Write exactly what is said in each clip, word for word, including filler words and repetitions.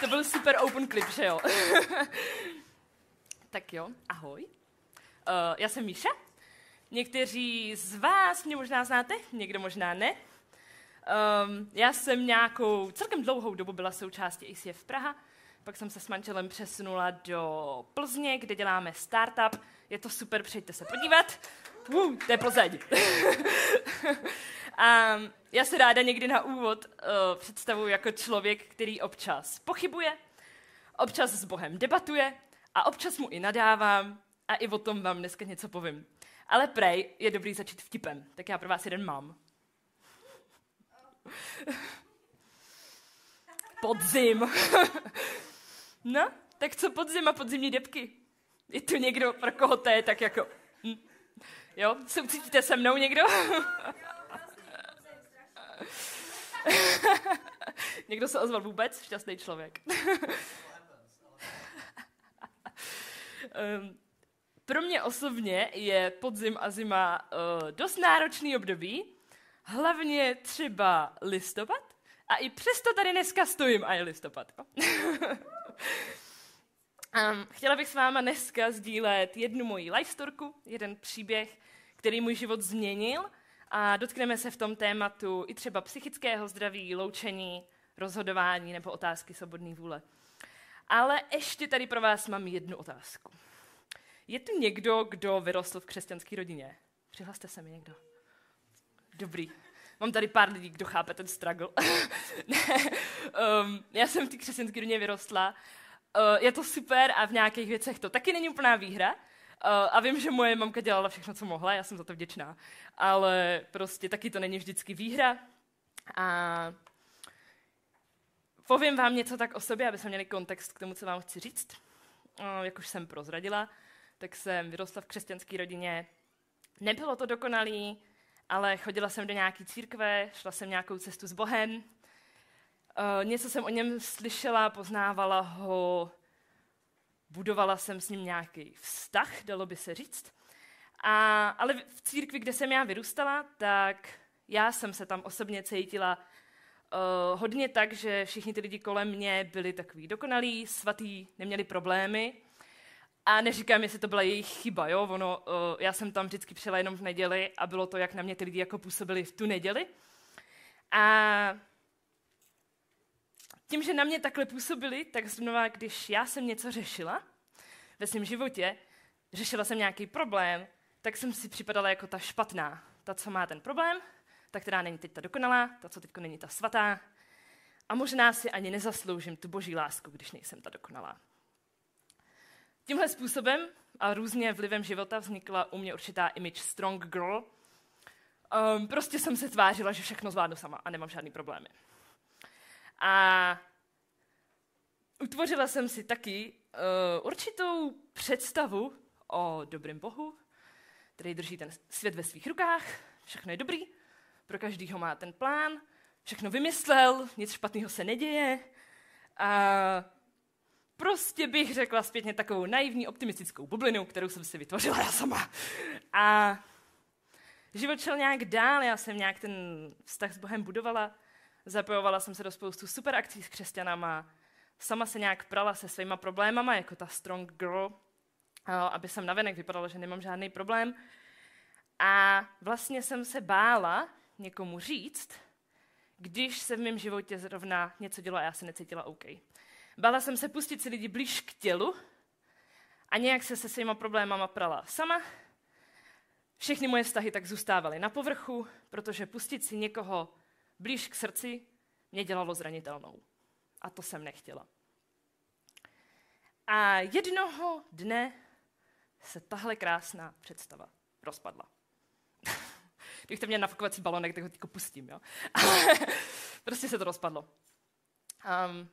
byl super open clip, že jo? Tak jo, ahoj. Uh, já jsem Míša. Někteří z vás mě možná znáte, někdo možná ne. Um, já jsem nějakou celkem dlouhou dobu byla součástí A C F Praha, pak jsem se s manželem přesunula do Plzně, kde děláme startup. Je to super, přijďte se podívat. Uh, to je Plzeň. A já se ráda někdy na úvod uh, představuji jako člověk, který občas pochybuje, občas s Bohem debatuje a občas mu i nadávám a i o tom vám dneska něco povím. Ale prej je dobrý začít vtipem, tak já pro vás jeden mám. Podzim. No, tak co podzim a podzimní debky? Je tu někdo, pro koho to je tak jako... Hm. Jo, soucítíte se mnou někdo? Někdo se ozval vůbec? Šťastný člověk. um, pro mě osobně je podzim a zima uh, dost náročný období, hlavně třeba listopad, a i přesto tady dneska stojím a je listopad. um, chtěla bych s váma dneska sdílet jednu moji life storku, jeden příběh, který můj život změnil, a dotkneme se v tom tématu i třeba psychického zdraví, loučení, rozhodování nebo otázky svobodné vůle. Ale ještě tady pro vás mám jednu otázku. Je tu někdo, kdo vyrostl v křesťanské rodině? Přihlaste se mi někdo. Dobrý. Mám tady pár lidí, kdo chápe ten struggle. um, já jsem v té křesťanské rodině vyrostla. Uh, je to super a v nějakých věcech to taky není úplná výhra. Uh, a vím, že moje mamka dělala všechno, co mohla, já jsem za to vděčná. Ale prostě taky to není vždycky výhra. A povím vám něco tak o sobě, abyste měli kontext k tomu, co vám chci říct. Uh, jak už jsem prozradila, tak jsem vyrostla v křesťanské rodině. Nebylo to dokonalý, ale chodila jsem do nějaké církve, šla jsem nějakou cestu s Bohem. Uh, něco jsem o něm slyšela, poznávala ho, budovala jsem s ním nějaký vztah, dalo by se říct. A, ale v církvi, kde jsem já vyrůstala, tak já jsem se tam osobně cítila uh, hodně tak, že všichni ty lidi kolem mě byli takový dokonalí, svatý, neměli problémy. A neříkám, jestli to byla jejich chyba, jo? Ono, uh, já jsem tam vždycky přijela jenom v neděli a bylo to, jak na mě ty lidi jako působili v tu neděli. A tím, že na mě takhle působili, tak znova, když já jsem něco řešila ve svém životě, řešila jsem nějaký problém, tak jsem si připadala jako ta špatná. Ta, co má ten problém, ta, která není teď ta dokonalá, ta, co teď není ta svatá. A možná si ani nezasloužím tu boží lásku, když nejsem ta dokonalá. Tímhle způsobem a různě vlivem života vznikla u mě určitá image strong girl. Um, prostě jsem se tvářila, že všechno zvládnu sama a nemám žádný problémy. A utvořila jsem si taky uh, určitou představu o dobrém Bohu, který drží ten svět ve svých rukách, všechno je dobrý, pro každýho má ten plán, všechno vymyslel, nic špatného se neděje. A prostě bych řekla zpětně takovou naivní, optimistickou bublinu, kterou jsem si vytvořila já sama. A život šel nějak dál, já jsem nějak ten vztah s Bohem budovala, zapojovala jsem se do spoustu super akcí s křesťanama, sama se nějak prala se svýma problémama, jako ta strong girl, aby jsem navenek vypadala, že nemám žádný problém. A vlastně jsem se bála někomu říct, když se v mém životě zrovna něco dělo a já se necítila OK. Bála jsem se pustit si lidi blíž k tělu a nějak se se svýma problémama prala sama. Všechny moje vztahy tak zůstávaly na povrchu, protože pustit si někoho blíž k srdci mě dělalo zranitelnou. A to jsem nechtěla. A jednoho dne se tahle krásná představa rozpadla. Kdybyste měl nafukovací balonek, tak ho týko pustím, jo? Prostě se to rozpadlo. Um,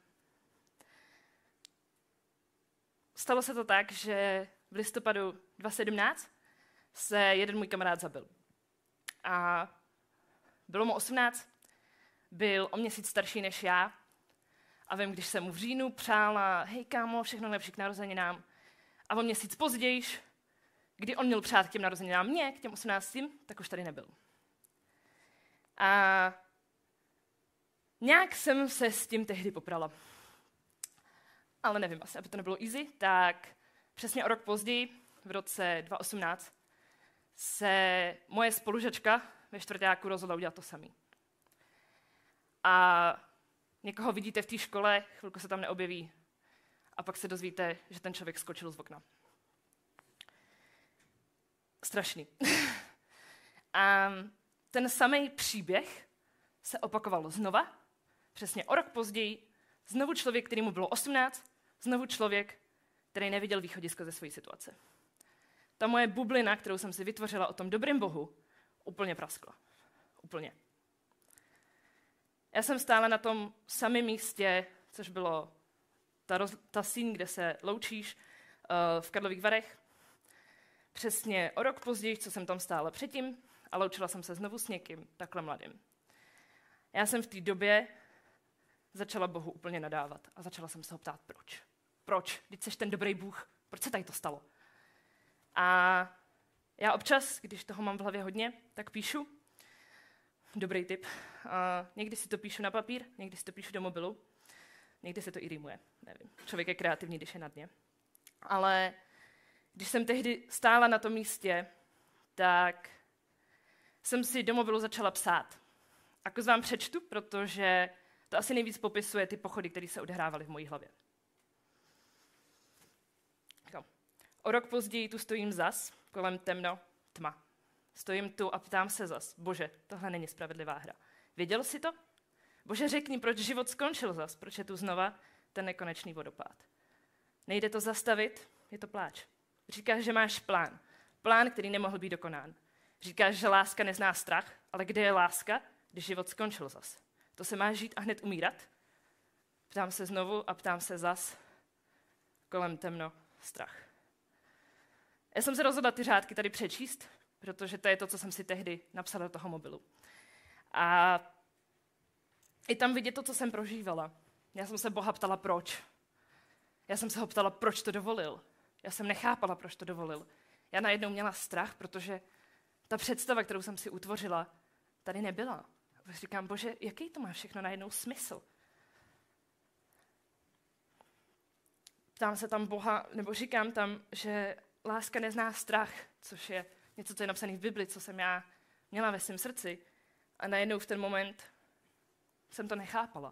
stalo se to tak, že v listopadu dva tisíce sedmnáct se jeden můj kamarád zabil. A bylo mu osmnáct, byl o měsíc starší než já. A vím, když jsem mu v říjnu přála, hej kámo, všechno lepší k narozeninám. A o měsíc později, kdy on měl přát k těm narozeninám mě, k těm osmnácti, tak už tady nebyl. A nějak jsem se s tím tehdy poprala. ale nevím, asi aby to nebylo easy, tak přesně o rok později, v roce dva tisíce osmnáct, se moje spolužačka ve čtvrťáku rozhodla udělat to samý. A někoho vidíte v té škole, chvilku se tam neobjeví a pak se dozvíte, že ten člověk skočil z okna. Strašný. A ten samý příběh se opakoval znova, přesně o rok později, znovu člověk, který mu bylo osmnáct, znovu člověk, který neviděl východisko ze své situace. Ta moje bublina, kterou jsem si vytvořila o tom dobrém Bohu, úplně praskla. Úplně. Já jsem stála na tom samém místě, což bylo ta, roz, ta síň, kde se loučíš uh, v Karlových Varech. Přesně o rok později, co jsem tam stála předtím, a loučila jsem se znovu s někým takhle mladým. Já jsem v té době začala Bohu úplně nadávat a začala jsem se ho ptát, proč. Proč? Vždyť jsi ten dobrý Bůh. Proč se tady to stalo? A já občas, když toho mám v hlavě hodně, tak píšu. Dobrý tip. A někdy si to píšu na papír, někdy si to píšu do mobilu, někdy se to i rýmuje. Nevím. Člověk je kreativní, když je na dně. Ale když jsem tehdy stála na tom místě, tak jsem si do mobilu začala psát. A kus vám přečtu, protože to asi nejvíc popisuje ty pochody, které se odehrávaly v mojí hlavě. O rok později tu stojím zas, kolem temno, tma. Stojím tu a ptám se zas, Bože, tohle není spravedlivá hra. Věděl jsi to? Bože, řekni, proč život skončil zas, proč je tu znova ten nekonečný vodopád. Nejde to zastavit, je to pláč. Říkáš, že máš plán. Plán, který nemohl být dokonán. Říkáš, že láska nezná strach, ale kde je láska, když život skončil zas? To se má žít a hned umírat? Ptám se znovu a ptám se zas, kolem temno, strach. Já jsem se rozhodla ty řádky tady přečíst, protože to je to, co jsem si tehdy napsala do toho mobilu. A i tam vidět to, co jsem prožívala. Já jsem se Boha ptala, proč. Já jsem se ho ptala, proč to dovolil. Já jsem nechápala, proč to dovolil. Já najednou měla strach, protože ta představa, kterou jsem si utvořila, tady nebyla. A říkám, Bože, jaký to má všechno najednou smysl? Ptám se tam Boha, nebo říkám tam, že láska nezná strach, což je něco, co je napsané v Bibli, co jsem já měla ve svém srdci. A najednou v ten moment jsem to nechápala.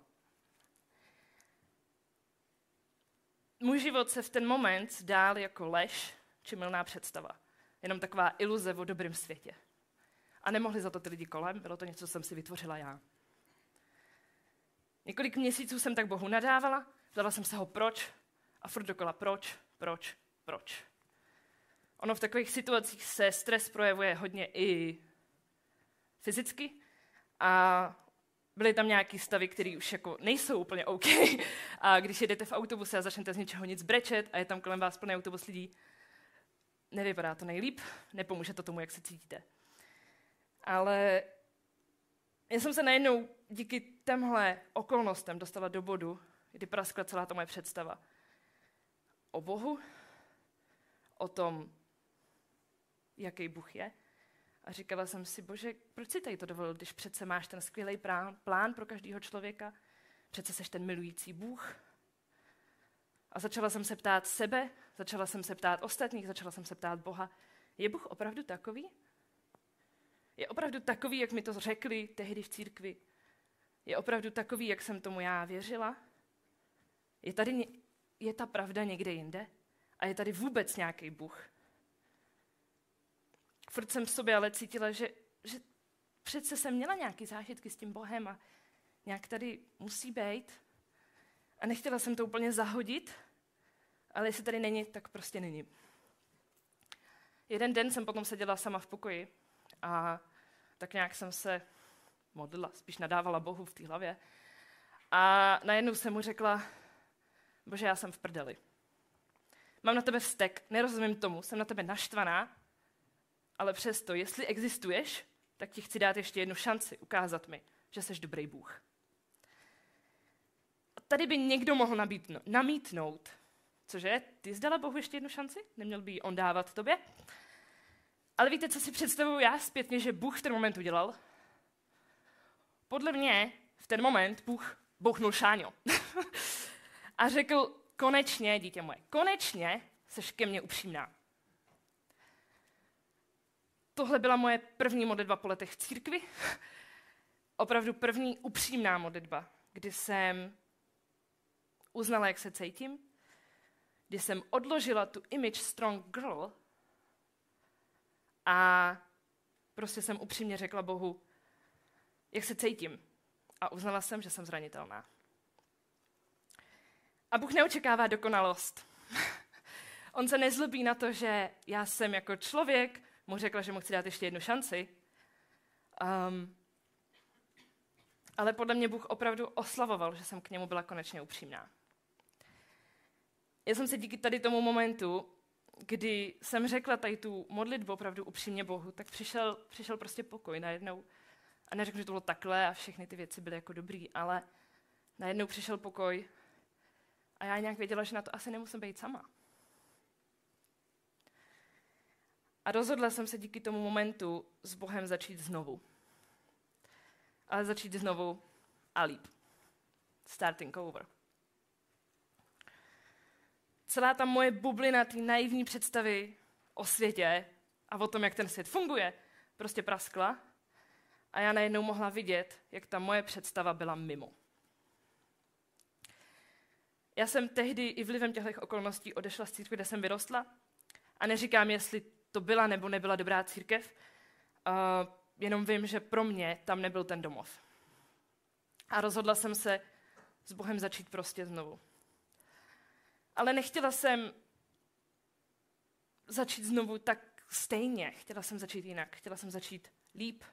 Můj život se v ten moment zdál jako lež či mylná představa. Jenom taková iluze o dobrém světě. A nemohli za to ty lidi kolem, bylo to něco, co jsem si vytvořila já. Několik měsíců jsem tak Bohu nadávala, ptala jsem se ho proč a furt dokola proč, proč, proč. Ono v takových situacích se stres projevuje hodně i fyzicky a byly tam nějaký stavy, které už jako nejsou úplně OK. A když jedete v autobuse a začnete z ničeho nic brečet a je tam kolem vás plný autobus lidí, nevypadá to nejlíp, nepomůže to tomu, jak se cítíte. Ale já jsem se najednou díky těmhle okolnostem dostala do bodu, kdy praskla celá ta moje představa o Bohu, o tom, jaký Bůh je. A říkala jsem si, Bože, proč si tady to dovolil, když přece máš ten skvělý plán, plán pro každého člověka? Přece seš ten milující Bůh. A začala jsem se ptát sebe, začala jsem se ptát ostatních, začala jsem se ptát Boha, je Bůh opravdu takový? Je opravdu takový, jak mi to řekli tehdy v církvi? Je opravdu takový, jak jsem tomu já věřila? Je tady, je ta pravda někde jinde? A je tady vůbec nějaký Bůh? Furt jsem v sobě ale cítila, že, že přece jsem měla nějaký zážitky s tím Bohem a nějak tady musí být. A nechtěla jsem to úplně zahodit, ale jestli tady není, tak prostě není. Jeden den jsem potom seděla sama v pokoji a tak nějak jsem se modlila, spíš nadávala Bohu v té hlavě. A najednou jsem mu řekla, Bože, já jsem v prdeli. Mám na tebe vztek, nerozumím tomu, jsem na tebe naštvaná, ale přesto, jestli existuješ, tak ti chci dát ještě jednu šanci, ukázat mi, že jsi dobrý Bůh. A tady by někdo mohl nabídno, namítnout, cože, ty jsi dala Bohu ještě jednu šanci? Neměl by ji on dávat tobě? Ale víte, co si představuju já zpětně, že Bůh v ten moment udělal? Podle mě v ten moment Bůh bouchnul Šáňo. A řekl, konečně, dítě moje, konečně seš ke mně upřímná. Tohle byla moje první modlitba po letech v církvi. Opravdu první upřímná modlitba, kdy jsem uznala, jak se cítím, kdy jsem odložila tu image strong girl a prostě jsem upřímně řekla Bohu, jak se cítím. A uznala jsem, že jsem zranitelná. A Bůh neočekává dokonalost. On se nezlobí na to, že já jsem jako člověk mu řekla, že mu chci dát ještě jednu šanci. Um, ale podle mě Bůh opravdu oslavoval, že jsem k němu byla konečně upřímná. Já jsem se díky tady tomu momentu, kdy jsem řekla tady tu modlitbu opravdu upřímně Bohu, tak přišel, přišel prostě pokoj najednou. A neřeknu, že to bylo takhle a všechny ty věci byly jako dobrý, ale najednou přišel pokoj a já nějak věděla, že na to asi nemusím být sama. A rozhodla jsem se díky tomu momentu s Bohem začít znovu. Ale začít znovu a líp. Starting over. Celá ta moje bublina, ty naivní představy o světě a o tom, jak ten svět funguje, prostě praskla a já najednou mohla vidět, jak ta moje představa byla mimo. Já jsem tehdy i vlivem těchto okolností odešla z církve, kde jsem vyrostla a neříkám, jestli to byla nebo nebyla dobrá církev, uh, jenom vím, že pro mě tam nebyl ten domov. A rozhodla jsem se s Bohem začít prostě znovu. Ale nechtěla jsem začít znovu tak stejně. Chtěla jsem začít jinak. Chtěla jsem začít líp.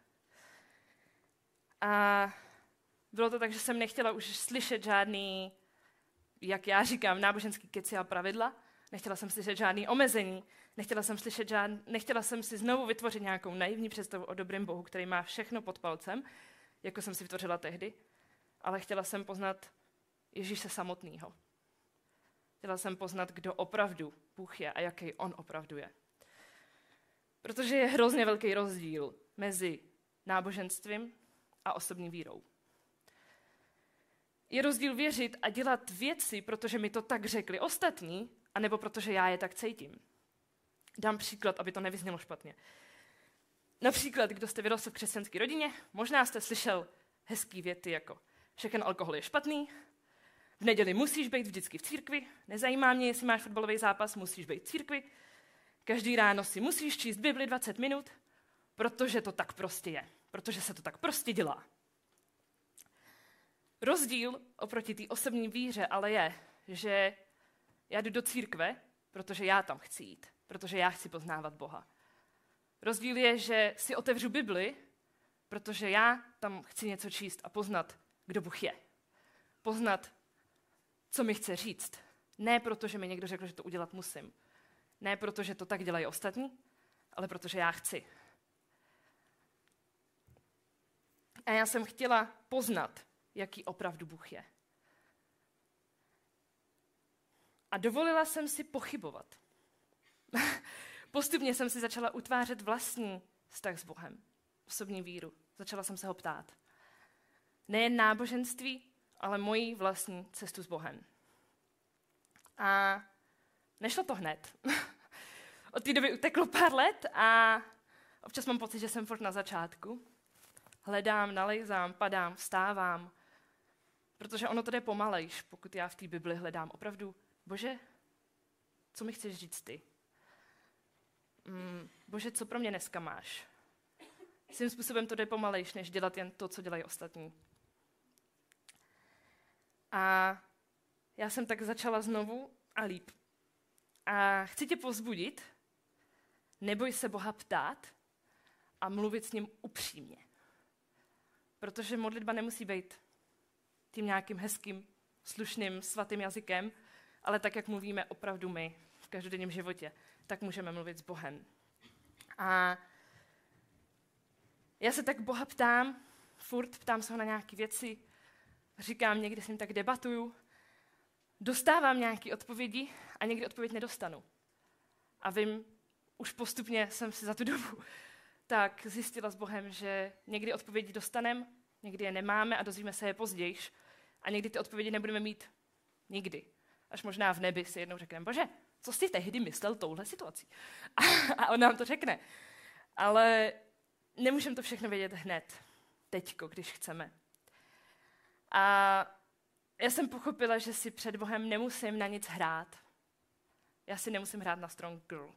A bylo to tak, že jsem nechtěla už slyšet žádný, jak já říkám, náboženský keci a pravidla. Nechtěla jsem slyšet žádný omezení. Nechtěla jsem slyšet žádný, nechtěla jsem si znovu vytvořit nějakou naivní představu o dobrém Bohu, který má všechno pod palcem, jako jsem si vytvořila tehdy. Ale chtěla jsem poznat Ježíše samotného. Chtěla jsem poznat, kdo opravdu Bůh je a jaký on opravdu je. Protože je hrozně velký rozdíl mezi náboženstvím a osobní vírou. Je rozdíl věřit a dělat věci, protože mi to tak řekli ostatní, anebo protože já je tak cítím. Dám příklad, aby to nevyznělo špatně. Například, kdo jste vyrostl v křesťanské rodině, možná jste slyšel hezký věty jako všechen alkohol je špatný, v neděli musíš být vždycky v církvi, nezajímá mě, jestli máš fotbalový zápas, musíš být v církvi, každý ráno si musíš číst Bibli dvacet minut, protože to tak prostě je, protože se to tak prostě dělá. Rozdíl oproti té osobní víře ale je, že já jdu do církve, protože já tam chci jít, protože já chci poznávat Boha. Rozdíl je, že si otevřu Bibli, protože já tam chci něco číst a poznat, kdo Bůh je. Poznat, co mi chce říct. Ne proto, že mi někdo řekl, že to udělat musím. Ne proto, že to tak dělají ostatní, ale protože já chci. A já jsem chtěla poznat, jaký opravdu Bůh je. A dovolila jsem si pochybovat. Postupně jsem si začala utvářet vlastní vztah s Bohem, osobní víru. Začala jsem se ho ptát. Nejen náboženství, ale moji vlastní cestu s Bohem. A nešlo to hned. Od té doby uteklo pár let a občas mám pocit, že jsem furt na začátku. Hledám, nalejzám, padám, vstávám, protože ono to jde pomalejš, pokud já v té Bibli hledám opravdu, Bože, co mi chceš říct ty? Mm, Bože, co pro mě dneska máš? Svým způsobem to jde pomalejš, než dělat jen to, co dělají ostatní. A já jsem tak začala znovu a líp. A chci tě povzbudit, neboj se Boha ptát a mluvit s ním upřímně. Protože modlitba nemusí být tím nějakým hezkým, slušným, svatým jazykem, ale tak, jak mluvíme opravdu my v každodenním životě, tak můžeme mluvit s Bohem. A já se tak Boha ptám, furt ptám se ho na nějaké věci, říkám, někdy s ním tak debatuju, dostávám nějaké odpovědi a někdy odpověď nedostanu. A vím, už postupně jsem si za tu dobu tak zjistila s Bohem, že někdy odpovědi dostaneme, někdy je nemáme a dozvíme se je později. A někdy ty odpovědi nebudeme mít nikdy. Až možná v nebi si jednou řekneme, bože, co jsi tehdy myslel touhle situací? A, a on nám to řekne. Ale nemůžeme to všechno vědět hned, teďko, když chceme. A já jsem pochopila, že si před Bohem nemusím na nic hrát. Já si nemusím hrát na strong girl.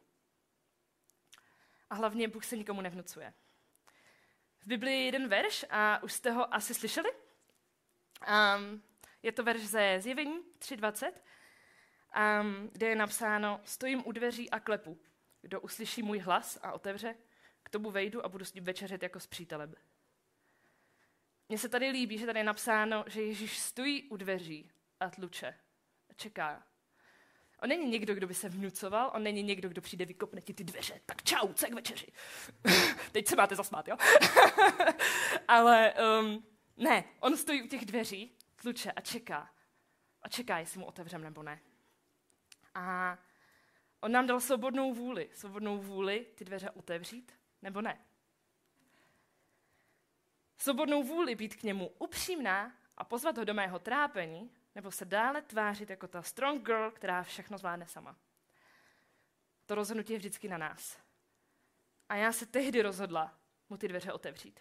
A hlavně Bůh se nikomu nevnucuje. V Biblii je jeden verš a už jste ho asi slyšeli. Um, je to verš ze Zjevení tři dvacet, um, kde je napsáno: stojím u dveří a klepu. Kdo uslyší můj hlas a otevře, k tomu vejdu a budu s ním večeřet jako s přítelem. Mně se tady líbí, že tady je napsáno, že Ježíš stojí u dveří a tluče a čeká. On není někdo, kdo by se vnucoval, on není někdo, kdo přijde, vykopne ti ty dveře. Tak čau, co k večeři. Teď se máte zasmát, jo? Ale um, ne, on stojí u těch dveří, tluče a čeká. A čeká, jestli mu otevřem nebo ne. A on nám dal svobodnou vůli. Svobodnou vůli ty dveře otevřít nebo ne. Svobodnou vůli být k němu upřímná a pozvat ho do mého trápení, nebo se dále tvářit jako ta strong girl, která všechno zvládne sama. To rozhodnutí je vždycky na nás. A já se tehdy rozhodla mu ty dveře otevřít.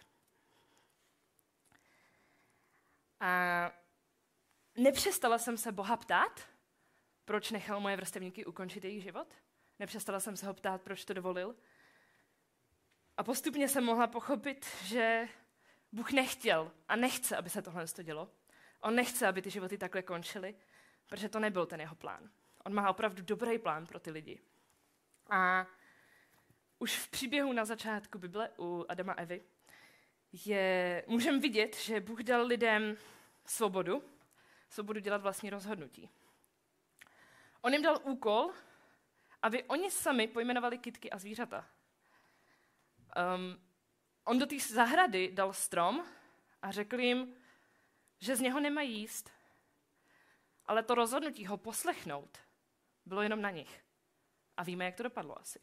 A nepřestala jsem se Boha ptát, proč nechal moje vrstevníky ukončit jejich život. Nepřestala jsem se ho ptát, proč to dovolil. A postupně jsem mohla pochopit, že Bůh nechtěl a nechce, aby se tohle dělo. On nechce, aby ty životy takhle končily, protože to nebyl ten jeho plán. On má opravdu dobrý plán pro ty lidi. A už v příběhu na začátku Bible u Adama a Evy je, můžeme vidět, že Bůh dal lidem svobodu, svobodu dělat vlastní rozhodnutí. On jim dal úkol, aby oni sami pojmenovali kytky a zvířata. Um, on do té zahrady dal strom a řekl jim, že z něho nemají jíst, ale to rozhodnutí ho poslechnout bylo jenom na nich. A víme, jak to dopadlo asi.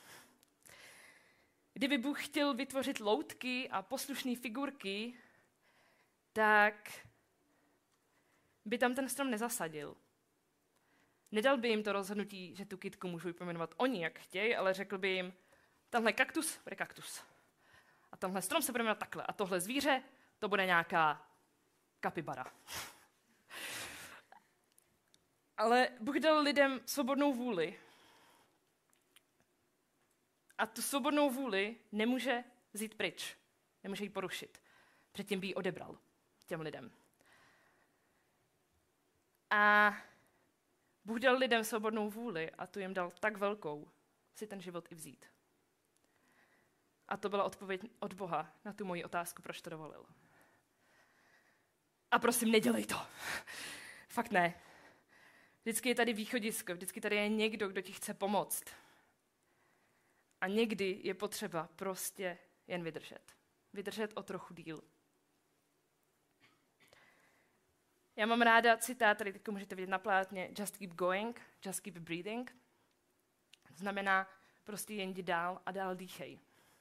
Kdyby Bůh chtěl vytvořit loutky a poslušné figurky, tak by tam ten strom nezasadil. Nedal by jim to rozhodnutí, že tu kytku můžou pojmenovat oni, jak chtějí, ale řekl by jim, tenhle kaktus bude kaktus. A tenhle strom se bude jmenovat takhle. A tohle zvíře, to bude nějaká kapibara. Ale Bůh dal lidem svobodnou vůli. A tu svobodnou vůli nemůže vzít pryč. Nemůže ji porušit. Předtím by ji odebral těm lidem. A Bůh dal lidem svobodnou vůli a tu jim dal tak velkou si ten život i vzít. A to byla odpověď od Boha na tu moji otázku, proč to dovolil. A prosím, nedělej to. Fakt ne. Vždycky je tady východisko, vždycky tady je někdo, kdo ti chce pomoct. A někdy je potřeba prostě jen vydržet. Vydržet o trochu díl. Já mám ráda citát, tady teď můžete vidět na plátně, just keep going, just keep breathing. Znamená prostě jen jdi dál a dál dýchej.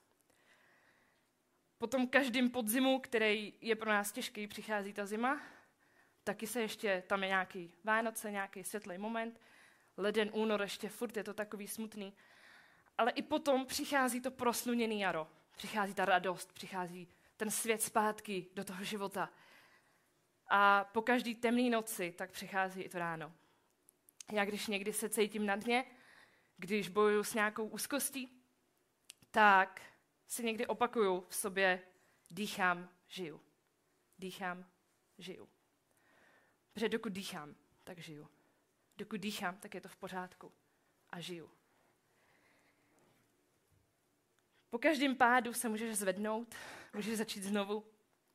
Po tom každým podzimu, který je pro nás těžký, přichází ta zima, taky se ještě, tam je nějaký Vánoce, nějaký světlý moment, leden, únor, ještě furt je to takový smutný. Ale i potom přichází to prosluněný jaro, přichází ta radost, přichází ten svět zpátky do toho života. A po každý temné noci tak přichází i to ráno. Já když někdy se cítím na dně, když bojuju s nějakou úzkostí, tak si někdy opakuju v sobě, dýchám, žiju. Dýchám, žiju. Protože dokud dýchám, tak žiju. Dokud dýchám, tak je to v pořádku. A žiju. Po každém pádu se můžeš zvednout, můžeš začít znovu.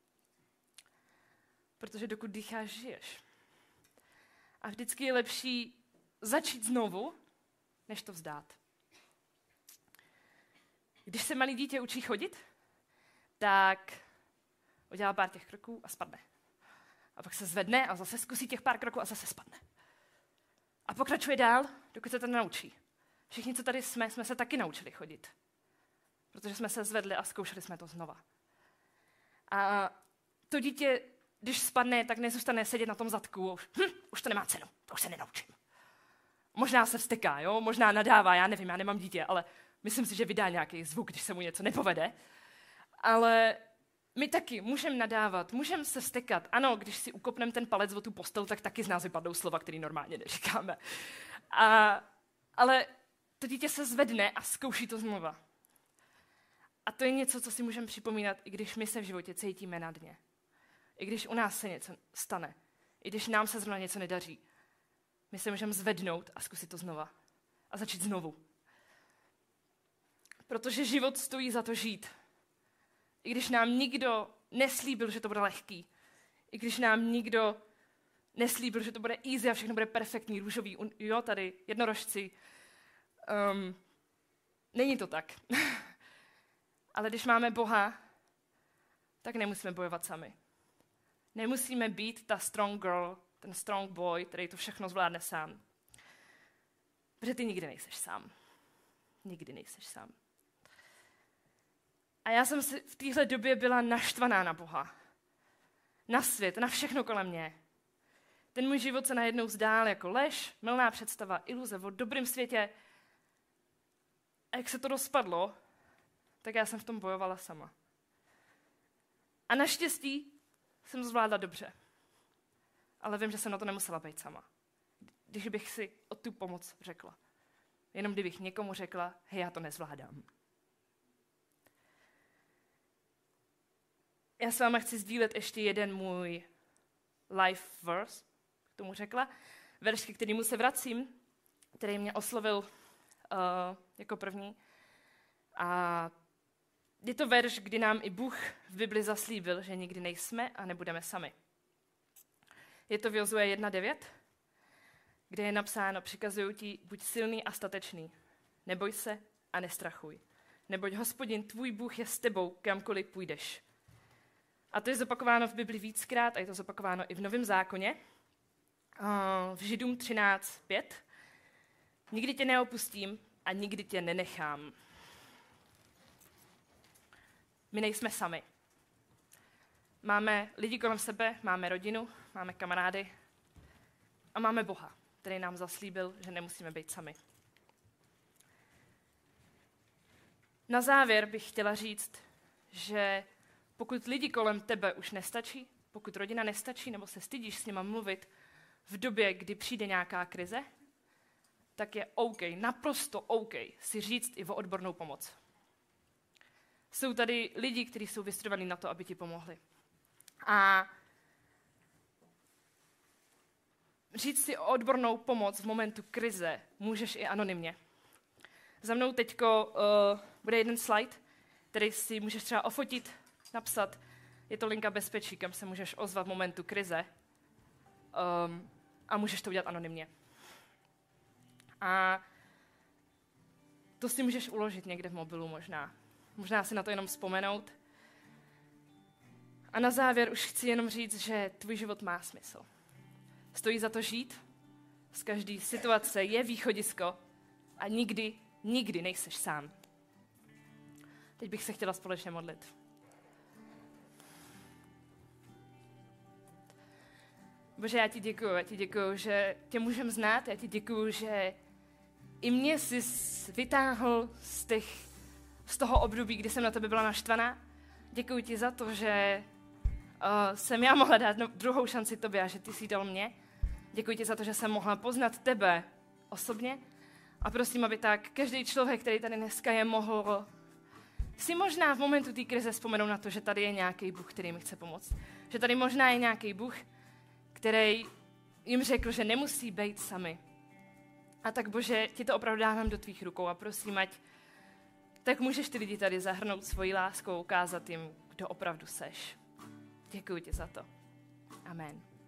Protože dokud dýcháš, žiješ. A vždycky je lepší začít znovu, než to vzdát. Když se malý dítě učí chodit, tak udělá pár těch kroků a spadne. A pak se zvedne a zase zkusí těch pár kroků a zase spadne. A pokračuje dál, dokud se to naučí. Všichni, co tady jsme, jsme se taky naučili chodit. Protože jsme se zvedli a zkoušeli jsme to znova. A to dítě, když spadne, tak nezůstane sedět na tom zadku. Už, hm, už to nemá cenu, to už se nenaučím. možná se vzteká, jo? Možná nadává, já nevím, já nemám dítě, ale myslím si, že vydá nějaký zvuk, když se mu něco nepovede. Ale my taky můžeme nadávat, můžeme se vztekat. Ano, když si ukopneme ten palec o tu postel, tak taky z nás vypadnou slova, které normálně neříkáme. A, ale to dítě se zvedne a zkouší to znova. A to je něco, co si můžeme připomínat, i když my se v životě cítíme na dně. I když u nás se něco stane. I když nám se zrovna něco nedaří. My se můžeme zvednout a zkusit to znova. A začít znovu. Protože život stojí za to žít. I když nám nikdo neslíbil, že to bude lehký. I když nám nikdo neslíbil, že to bude easy a všechno bude perfektní, růžový, jo, tady jednorožci. Um, není to tak. Ale když máme Boha, tak nemusíme bojovat sami. Nemusíme být ta strong girl, ten strong boy, který to všechno zvládne sám. Protože ty nikdy nejseš sám. Nikdy nejseš sám. A já jsem si v téhle době byla naštvaná na Boha. Na svět, na všechno kolem mě. Ten můj život se najednou zdál jako lež, mylná představa, iluze o dobrém světě. A jak se to rozpadlo, tak já jsem v tom bojovala sama. A naštěstí jsem zvládla dobře. Ale vím, že jsem na to nemusela být sama. Když bych si o tu pomoc řekla. Jenom kdybych někomu řekla, hej, já to nezvládám. Já s váma chci sdílet ještě jeden můj life verse, k tomu řekla, verš, ke kterému se vracím, který mě oslovil uh, jako první. A je to verš, kdy nám i Bůh v Bibli zaslíbil, že nikdy nejsme a nebudeme sami. Je to v Jozue jedna devět, kde je napsáno, přikazuju ti, buď silný a statečný, neboj se a nestrachuj, neboť Hospodin tvůj Bůh je s tebou, kamkoliv půjdeš. A to je zopakováno v Bibli víckrát a je to zopakováno i v Novém zákoně. V Židům třináct pět. Nikdy tě neopustím a nikdy tě nenechám. My nejsme sami. Máme lidi kolem sebe, máme rodinu, máme kamarády a máme Boha, který nám zaslíbil, že nemusíme být sami. Na závěr bych chtěla říct, že pokud lidi kolem tebe už nestačí, pokud rodina nestačí nebo se stydíš s nima mluvit v době, kdy přijde nějaká krize, tak je OK, naprosto OK si říct i o odbornou pomoc. Jsou tady lidi, kteří jsou vystudovaní na to, aby ti pomohli. A říct si o odbornou pomoc v momentu krize můžeš i anonymně. Za mnou teďko uh, bude jeden slide, který si můžeš třeba ofotit, napsat. Je to linka bezpečí, kam se můžeš ozvat v momentu krize. Um, a můžeš to udělat anonymně. A to si můžeš uložit někde v mobilu možná. Možná si na to jenom vzpomenout. A na závěr už chci jenom říct, že tvůj život má smysl. Stojí za to žít, z každé situace je východisko a nikdy, nikdy nejseš sám. Teď bych se chtěla společně modlit. Bože, já ti děkuju, já ti děkuju, že tě můžem znát, já ti děkuju, že i mě jsi vytáhl z, těch, z toho období, kdy jsem na tebe byla naštvaná. Děkuju ti za to, že uh, jsem já mohla dát no, druhou šanci tobě a že ty jsi dal mě. Děkuji ti za to, že jsem mohla poznat tebe osobně. A prosím, aby tak každý člověk, který tady dneska je, mohl si možná v momentu té krize vzpomenout na to, že tady je nějaký Bůh, který mi chce pomoct. Že tady možná je nějaký Bůh, který jim řekl, že nemusí být sami. A tak Bože, ti to opravdu dávám do tvých rukou a prosím, ať tak můžeš ty lidi tady zahrnout svojí láskou, ukázat jim, kdo opravdu seš. Děkuji ti za to. Amen.